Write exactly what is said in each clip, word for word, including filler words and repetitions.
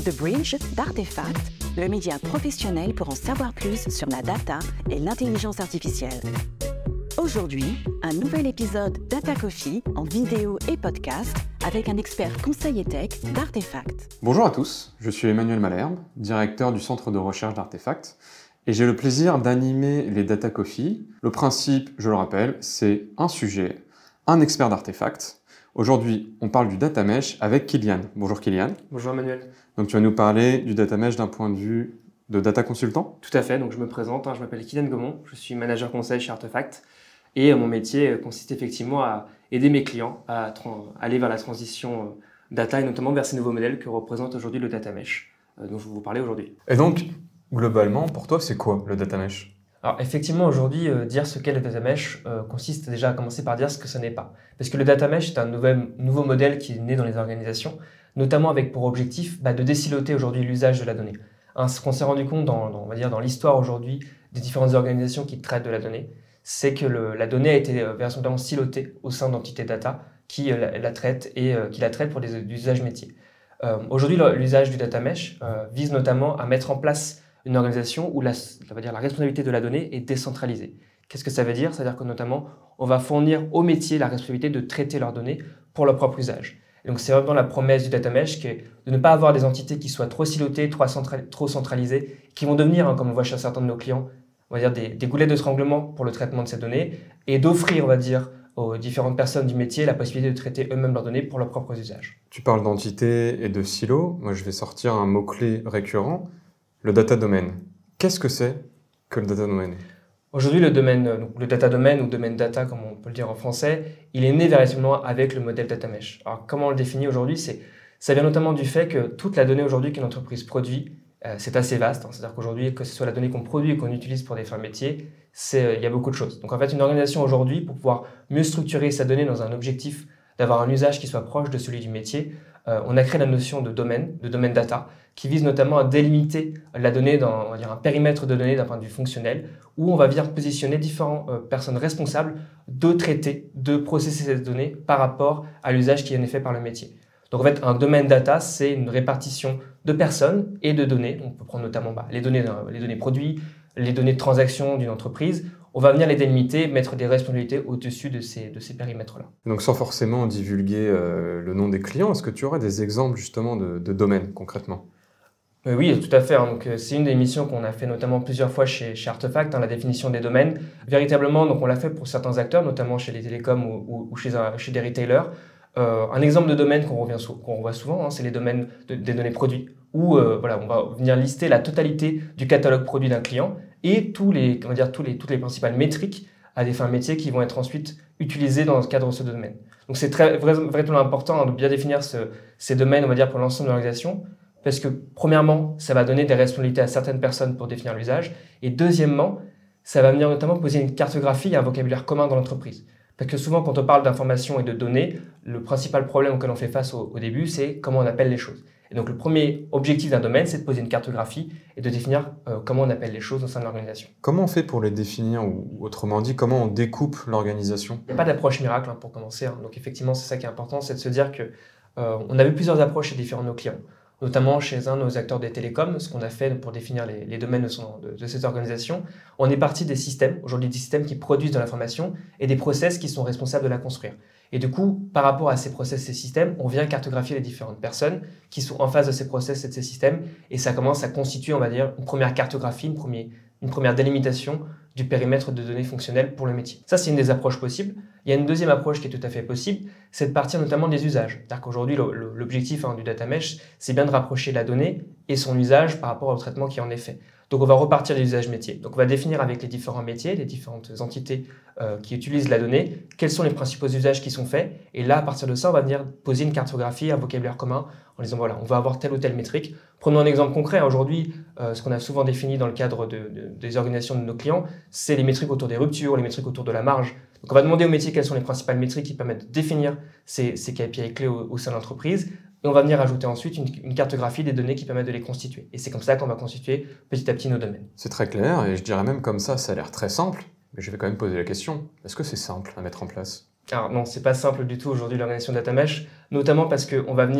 The Bridge d'Artefact, le média professionnel pour en savoir plus sur la data et l'intelligence artificielle. Aujourd'hui, un nouvel épisode Data Coffee en vidéo et podcast avec un expert conseil et tech d'Artefact. Bonjour à tous, je suis Emmanuel Malherbe, directeur du centre de recherche d'Artefact, et j'ai le plaisir d'animer les Data Coffee. Le principe, je le rappelle, c'est un sujet, un expert d'Artefact. Aujourd'hui, on parle du data mesh avec Kylian. Bonjour Kylian. Bonjour Emmanuel. Donc tu vas nous parler du data mesh d'un point de vue de data consultant ? Tout à fait, donc je me présente, hein, je m'appelle Kylian Gaumont, je suis manager conseil chez Artefact et mon métier consiste effectivement à aider mes clients à tra- aller vers la transition data et notamment vers ces nouveaux modèles que représente aujourd'hui le data mesh euh, dont je vais vous parler aujourd'hui. Et donc, globalement, pour toi, c'est quoi le data mesh ? Alors effectivement, aujourd'hui, euh, dire ce qu'est le data mesh euh, consiste déjà à commencer par dire ce que ce n'est pas. Parce que le data mesh est un nouvel, nouveau modèle qui est né dans les organisations, notamment avec pour objectif bah, de désiloter aujourd'hui l'usage de la donnée. Hein, ce qu'on s'est rendu compte dans, dans, on va dire, dans l'histoire aujourd'hui des différentes organisations qui traitent de la donnée, c'est que le, la donnée a été euh, véritablement silotée au sein d'entités data qui euh, la, la traitent et euh, qui la traitent pour des, des usages métiers. Euh, aujourd'hui, l'usage du data mesh euh, vise notamment à mettre en place une organisation où la, ça veut dire la responsabilité de la donnée est décentralisée. Qu'est-ce que ça veut dire ? C'est-à-dire que notamment, on va fournir aux métiers la responsabilité de traiter leurs données pour leur propre usage. Et donc c'est vraiment la promesse du data mesh qui est de ne pas avoir des entités qui soient trop silotées, trop, central, trop centralisées, qui vont devenir, hein, comme on voit chez certains de nos clients, on va dire des, des goulets d'étranglement pour le traitement de ces données, et d'offrir, on va dire, aux différentes personnes du métier la possibilité de traiter eux-mêmes leurs données pour leurs propres usages. Tu parles d'entités et de silos. Moi, je vais sortir un mot-clé récurrent. Le data domain. Qu'est-ce que c'est que le data domain ? Aujourd'hui, le domaine, donc le data domain ou domaine data, comme on peut le dire en français, il est né véritablement avec le modèle data mesh. Alors, comment on le définit aujourd'hui ? C'est, ça vient notamment du fait que toute la donnée aujourd'hui qu'une entreprise produit, euh, c'est assez vaste. Hein. C'est-à-dire qu'aujourd'hui, que ce soit la donnée qu'on produit et qu'on utilise pour des fins métiers, c'est, euh, il y a beaucoup de choses. Donc en fait, une organisation aujourd'hui, pour pouvoir mieux structurer sa donnée dans un objectif d'avoir un usage qui soit proche de celui du métier, euh, on a créé la notion de domaine, de domaine data, qui vise notamment à délimiter la donnée dans on va dire, un périmètre de données d'un point de vue fonctionnel, où on va venir positionner différentes euh, personnes responsables de traiter, de processer ces données par rapport à l'usage qui en est fait par le métier. Donc en fait, un domaine data, c'est une répartition de personnes et de données. On peut prendre notamment bah, les, données, les données produits, les données de transaction d'une entreprise. On va venir les délimiter, mettre des responsabilités au-dessus de ces, de ces périmètres-là. Donc sans forcément divulguer euh, le nom des clients, est-ce que tu aurais des exemples justement de, de domaines concrètement ? Euh, oui, tout à fait. Hein. Donc, euh, c'est une des missions qu'on a fait notamment plusieurs fois chez, chez Artefact, hein, la définition des domaines. Véritablement, donc, on l'a fait pour certains acteurs, notamment chez les télécoms ou, ou, ou chez, un, chez des retailers. Euh, un exemple de domaine qu'on, revient sou- qu'on voit souvent, hein, c'est les domaines de, des données produits, où euh, voilà, on va venir lister la totalité du catalogue produit d'un client et tous les, on va dire, tous les, toutes les principales métriques à des fins métiers qui vont être ensuite utilisées dans le cadre de ce domaine. Donc c'est très, vraiment important hein, de bien définir ce, ces domaines, on va dire, pour l'ensemble de l'organisation, parce que premièrement, ça va donner des responsabilités à certaines personnes pour définir l'usage, et deuxièmement, ça va venir notamment poser une cartographie et un vocabulaire commun dans l'entreprise. Parce que souvent, quand on parle d'information et de données, le principal problème auquel on fait face au, au début, c'est comment on appelle les choses. Et donc, le premier objectif d'un domaine, c'est de poser une cartographie et de définir euh, comment on appelle les choses au sein de l'organisation. Comment on fait pour les définir, ou autrement dit, comment on découpe l'organisation ? Il n'y a pas d'approche miracle hein, pour commencer. Hein. Donc, effectivement, c'est ça qui est important, c'est de se dire que euh, on a vu plusieurs approches chez différents de nos clients, notamment chez un de nos acteurs des télécoms, ce qu'on a fait pour définir les, les domaines de, son, de, de cette organisation. On est parti des systèmes, aujourd'hui des systèmes qui produisent de l'information et des process qui sont responsables de la construire. Et du coup, par rapport à ces process, ces systèmes, on vient cartographier les différentes personnes qui sont en face de ces process et de ces systèmes, et ça commence à constituer, on va dire, une première cartographie, une première, une première délimitation du périmètre de données fonctionnelles pour le métier. Ça, c'est une des approches possibles. Il y a une deuxième approche qui est tout à fait possible, c'est de partir notamment des usages. C'est-à-dire qu'aujourd'hui, le, le, l'objectif hein, du data mesh, c'est bien de rapprocher la donnée et son usage par rapport au traitement qui en est fait. Donc, on va repartir des usages métiers. Donc, on va définir avec les différents métiers, les différentes entités euh, qui utilisent la donnée, quels sont les principaux usages qui sont faits. Et là, à partir de ça, on va venir poser une cartographie, un vocabulaire commun en disant, voilà, on va avoir telle ou telle métrique. Prenons un exemple concret. Aujourd'hui, euh, ce qu'on a souvent défini dans le cadre de, de, des organisations de nos clients, c'est les métriques autour des ruptures, les métriques autour de la marge. Donc, on va demander au métier quelles sont les principales métriques qui permettent de définir ces, ces K P I clés au, au sein de l'entreprise. Et on va venir ajouter ensuite une, une cartographie des données qui permettent de les constituer. Et c'est comme ça qu'on va constituer petit à petit nos domaines. C'est très clair, et je dirais même comme ça, ça a l'air très simple. Mais je vais quand même poser la question, est-ce que c'est simple à mettre en place ? Alors non, c'est pas simple du tout aujourd'hui l'organisation Data Mesh, notamment parce qu'on va venir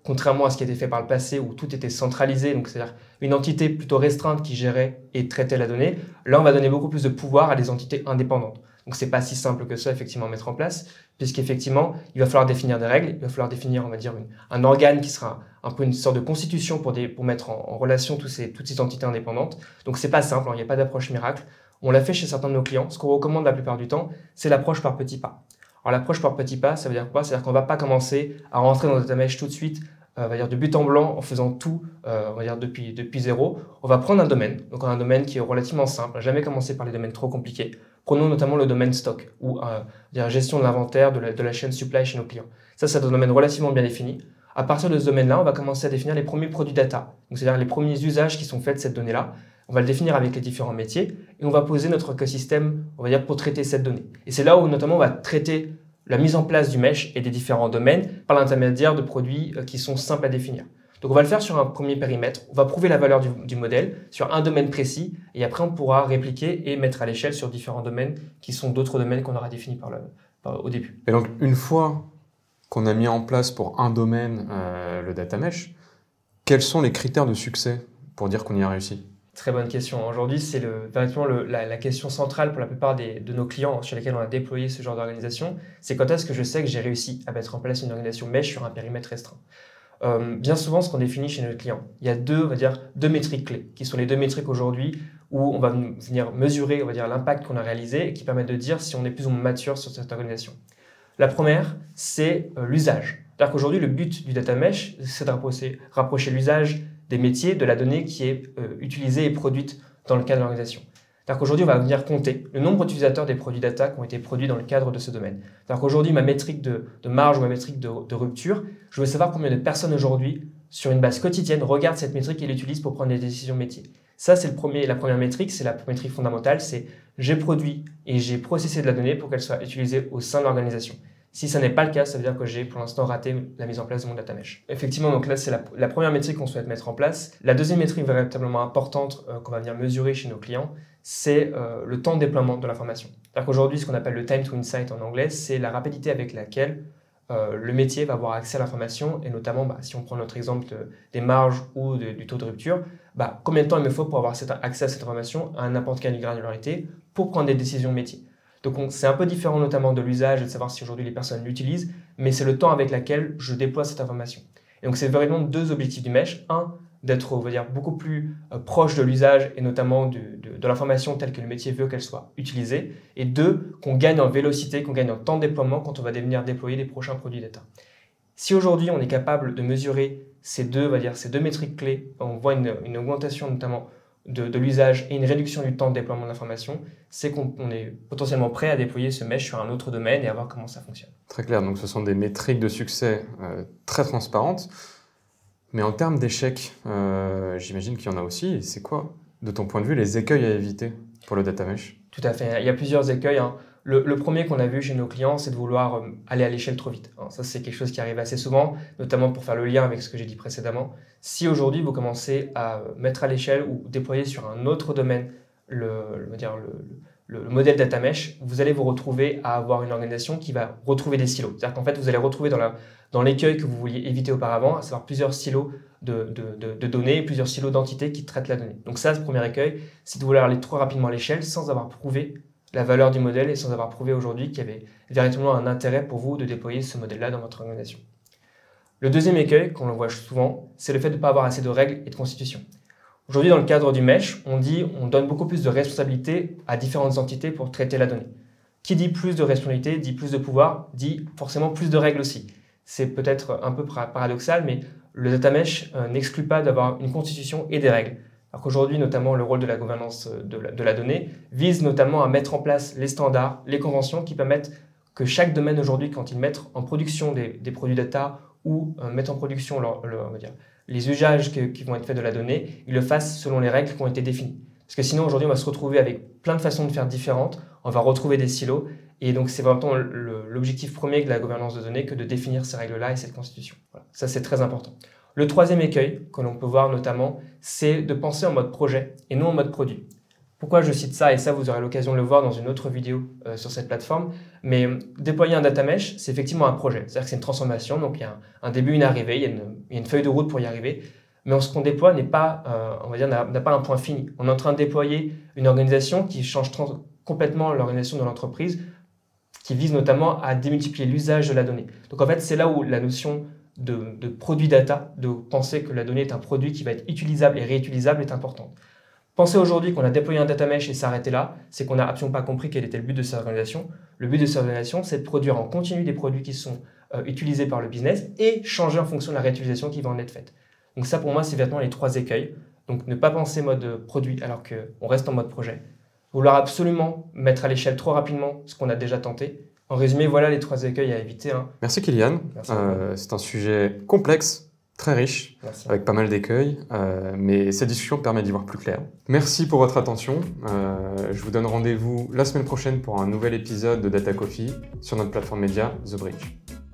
contrairement à ce qui était fait par le passé où tout était centralisé, donc c'est-à-dire une entité plutôt restreinte qui gérait et traitait la donnée, là on va donner beaucoup plus de pouvoir à des entités indépendantes. Donc c'est pas si simple que ça effectivement à mettre en place, puisqu'effectivement il va falloir définir des règles, il va falloir définir on va dire une, un organe qui sera un peu une sorte de constitution pour, des, pour mettre en, en relation tous ces, toutes ces entités indépendantes. Donc c'est pas simple, hein, il n'y a pas d'approche miracle. On l'a fait chez certains de nos clients. Ce qu'on recommande la plupart du temps, c'est l'approche par petits pas. Alors l'approche par petits pas, ça veut dire quoi? C'est-à-dire qu'on ne va pas commencer à rentrer dans Data Mesh tout de suite, euh, on va dire de but en blanc, en faisant tout, euh, on va dire depuis, depuis zéro. On va prendre un domaine, donc un domaine qui est relativement simple, jamais commencer par les domaines trop compliqués. Prenons notamment le domaine stock, ou euh, dire gestion de l'inventaire, de la, de la chaîne supply chez nos clients. Ça, c'est un domaine relativement bien défini. À partir de ce domaine-là, on va commencer à définir les premiers produits data, donc c'est-à-dire les premiers usages qui sont faits de cette donnée-là. On va le définir avec les différents métiers et on va poser notre écosystème, on va dire, pour traiter cette donnée. Et c'est là où notamment on va traiter la mise en place du mesh et des différents domaines par l'intermédiaire de produits qui sont simples à définir. Donc on va le faire sur un premier périmètre, on va prouver la valeur du, du modèle sur un domaine précis et après on pourra répliquer et mettre à l'échelle sur différents domaines qui sont d'autres domaines qu'on aura définis par le, par, au début. Et donc une fois qu'on a mis en place pour un domaine euh, le data mesh, quels sont les critères de succès pour dire qu'on y a réussi? Très bonne question. Aujourd'hui, c'est le, véritablement le, la, la question centrale pour la plupart des, de nos clients sur lesquels on a déployé ce genre d'organisation. C'est quand est-ce que je sais que j'ai réussi à mettre en place une organisation mesh sur un périmètre restreint. Euh, bien souvent, ce qu'on définit chez nos clients, il y a deux, on va dire, deux métriques clés, qui sont les deux métriques aujourd'hui où on va venir mesurer, on va dire, l'impact qu'on a réalisé et qui permettent de dire si on est plus ou moins mature sur cette organisation. La première, c'est euh, l'usage. C'est-à-dire qu'aujourd'hui, le but du data mesh, c'est de rapprocher, rapprocher l'usage des métiers de la donnée qui est euh, utilisée et produite dans le cadre de l'organisation. C'est-à-dire qu'aujourd'hui, on va venir compter le nombre d'utilisateurs des produits data qui ont été produits dans le cadre de ce domaine. C'est-à-dire qu'aujourd'hui, ma métrique de, de marge ou ma métrique de, de rupture, je veux savoir combien de personnes aujourd'hui, sur une base quotidienne, regardent cette métrique et l'utilisent pour prendre des décisions métiers. Ça, c'est le premier, la première métrique, c'est la métrique fondamentale, c'est j'ai produit et j'ai processé de la donnée pour qu'elle soit utilisée au sein de l'organisation. Si ça n'est pas le cas, ça veut dire que j'ai pour l'instant raté la mise en place de mon data mesh. Effectivement, donc là, c'est la, la première métrique qu'on souhaite mettre en place. La deuxième métrique véritablement importante euh, qu'on va venir mesurer chez nos clients, c'est euh, le temps de déploiement de l'information. C'est-à-dire qu'aujourd'hui, ce qu'on appelle le time to insight en anglais, c'est la rapidité avec laquelle euh, le métier va avoir accès à l'information et notamment, bah, si on prend notre exemple de, des marges ou de, du taux de rupture, bah, combien de temps il me faut pour avoir cet, accès à cette information à n'importe quelle granularité pour prendre des décisions métiers. Donc c'est un peu différent notamment de l'usage et de savoir si aujourd'hui les personnes l'utilisent, mais c'est le temps avec lequel je déploie cette information. Et donc c'est vraiment deux objectifs du mesh. Un, d'être on va dire, beaucoup plus euh, proche de l'usage et notamment de, de, de l'information telle que le métier veut qu'elle soit utilisée. Et deux, qu'on gagne en vélocité, qu'on gagne en temps de déploiement quand on va venir déployer les prochains produits data. Si aujourd'hui on est capable de mesurer ces deux, on va dire, ces deux métriques clés, on voit une, une augmentation notamment de, de l'usage et une réduction du temps de déploiement de l'information, c'est qu'on on est potentiellement prêt à déployer ce mesh sur un autre domaine et à voir comment ça fonctionne. Très clair, donc ce sont des métriques de succès euh, très transparentes, mais en termes d'échecs, euh, j'imagine qu'il y en a aussi. Et c'est quoi, de ton point de vue, les écueils à éviter pour le data mesh? Tout à fait, il y a plusieurs écueils, hein. Le, le premier qu'on a vu chez nos clients, c'est de vouloir euh, aller à l'échelle trop vite. Alors ça, c'est quelque chose qui arrive assez souvent, notamment pour faire le lien avec ce que j'ai dit précédemment. Si aujourd'hui, vous commencez à mettre à l'échelle ou déployer sur un autre domaine le, le, dire, le, le, le modèle data mesh, vous allez vous retrouver à avoir une organisation qui va retrouver des silos. C'est-à-dire qu'en fait, vous allez retrouver dans, la, dans l'écueil que vous vouliez éviter auparavant, à savoir plusieurs silos de, de, de, de données, plusieurs silos d'entités qui traitent la donnée. Donc ça, ce premier écueil, c'est de vouloir aller trop rapidement à l'échelle sans avoir prouvé la valeur du modèle et sans avoir prouvé aujourd'hui qu'il y avait véritablement un intérêt pour vous de déployer ce modèle-là dans votre organisation. Le deuxième écueil, qu'on le voit souvent, c'est le fait de ne pas avoir assez de règles et de constitutions. Aujourd'hui, dans le cadre du mesh, on dit on donne beaucoup plus de responsabilités à différentes entités pour traiter la donnée. Qui dit plus de responsabilités, dit plus de pouvoir, dit forcément plus de règles aussi. C'est peut-être un peu paradoxal, mais le data mesh euh, n'exclut pas d'avoir une constitution et des règles. Alors qu'aujourd'hui, notamment, le rôle de la gouvernance de la, de la donnée vise notamment à mettre en place les standards, les conventions qui permettent que chaque domaine aujourd'hui, quand ils mettent en production des, des produits data ou euh, mettent en production leur, leur, on va dire, les usages que, qui vont être faits de la donnée, ils le fassent selon les règles qui ont été définies. Parce que sinon, aujourd'hui, on va se retrouver avec plein de façons de faire différentes, on va retrouver des silos, et donc c'est vraiment le, l'objectif premier de la gouvernance de données que de définir ces règles-là et cette constitution. Voilà. Ça, c'est très important. Le troisième écueil que l'on peut voir notamment, c'est de penser en mode projet et non en mode produit. Pourquoi je cite ça? Et ça, vous aurez l'occasion de le voir dans une autre vidéo euh, sur cette plateforme. Mais euh, déployer un data mesh, c'est effectivement un projet. C'est-à-dire que c'est une transformation. Donc, il y a un, un début, une arrivée. Il y, a une, il y a une feuille de route pour y arriver. Mais ce qu'on déploie n'est pas, euh, on va dire, n'a, n'a pas un point fini. On est en train de déployer une organisation qui change trans- complètement l'organisation de l'entreprise, qui vise notamment à démultiplier l'usage de la donnée. Donc, en fait, c'est là où la notion de, de produit data, de penser que la donnée est un produit qui va être utilisable et réutilisable, est importante. Penser aujourd'hui qu'on a déployé un data mesh et s'arrêter là, c'est qu'on n'a absolument pas compris quel était le but de cette organisation. Le but de cette organisation, c'est de produire en continu des produits qui sont euh, utilisés par le business et changer en fonction de la réutilisation qui va en être faite. Donc ça, pour moi, c'est vraiment les trois écueils. Donc ne pas penser mode produit alors qu'on reste en mode projet. Vouloir absolument mettre à l'échelle trop rapidement ce qu'on a déjà tenté. En résumé, voilà les trois écueils à éviter. Hein. Merci Kylian. Merci euh, c'est un sujet complexe, très riche, Merci. avec pas mal d'écueils, euh, mais cette discussion permet d'y voir plus clair. Merci pour votre attention. Euh, je vous donne rendez-vous la semaine prochaine pour un nouvel épisode de Data Coffee sur notre plateforme média The Bridge.